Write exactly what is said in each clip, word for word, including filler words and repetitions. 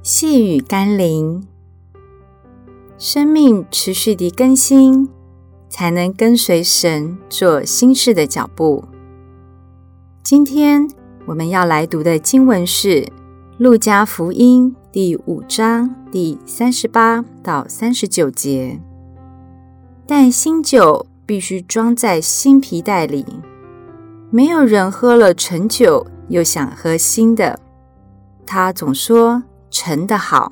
细雨甘霖，生命持续地更新，才能跟随神做新事的脚步。今天我们要来读的经文是路加福音第五章第三十八到三十九节。但新酒必须装在新皮袋里，没有人喝了陈酒又想喝新的，他总说陈的好。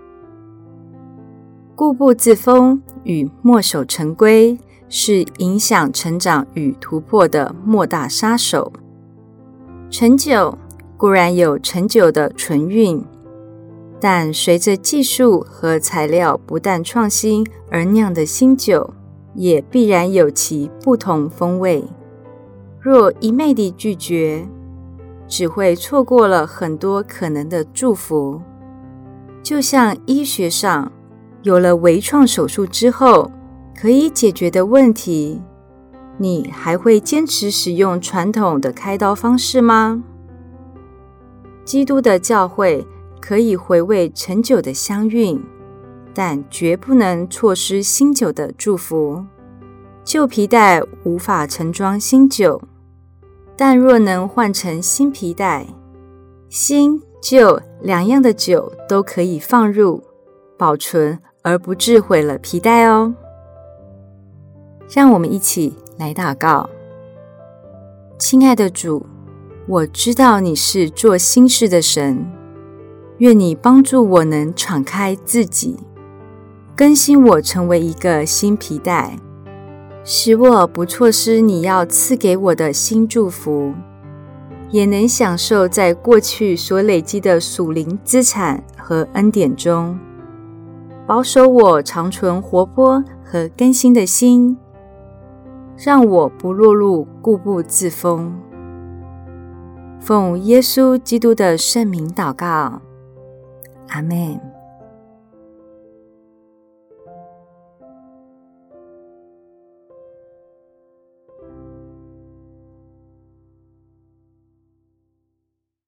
固步自封与墨守成规是影响成长与突破的莫大杀手。陈酒固然有陈酒的纯韵，但随着技术和材料不断创新而酿的新酒，也必然有其不同风味。若一昧地拒绝，只会错过了很多可能的祝福。就像医学上有了微创手术之后可以解决的问题，你还会坚持使用传统的开刀方式吗？基督的教会可以回味陈酒的香韵，但绝不能错失新酒的祝福。旧皮袋无法盛装新酒，但若能换成新皮袋，新旧两样的酒都可以放入保存，而不致毁了皮袋哦。让我们一起来祷告。亲爱的主，我知道你是做新事的神，愿你帮助我能敞开自己，更新我成为一个新皮袋，使我不错失你要赐给我的新祝福，也能享受在过去所累积的属灵资产和恩典中，保守我长存活泼和更新的心，让我不落入固步自封。奉耶稣基督的圣名祷告，阿们。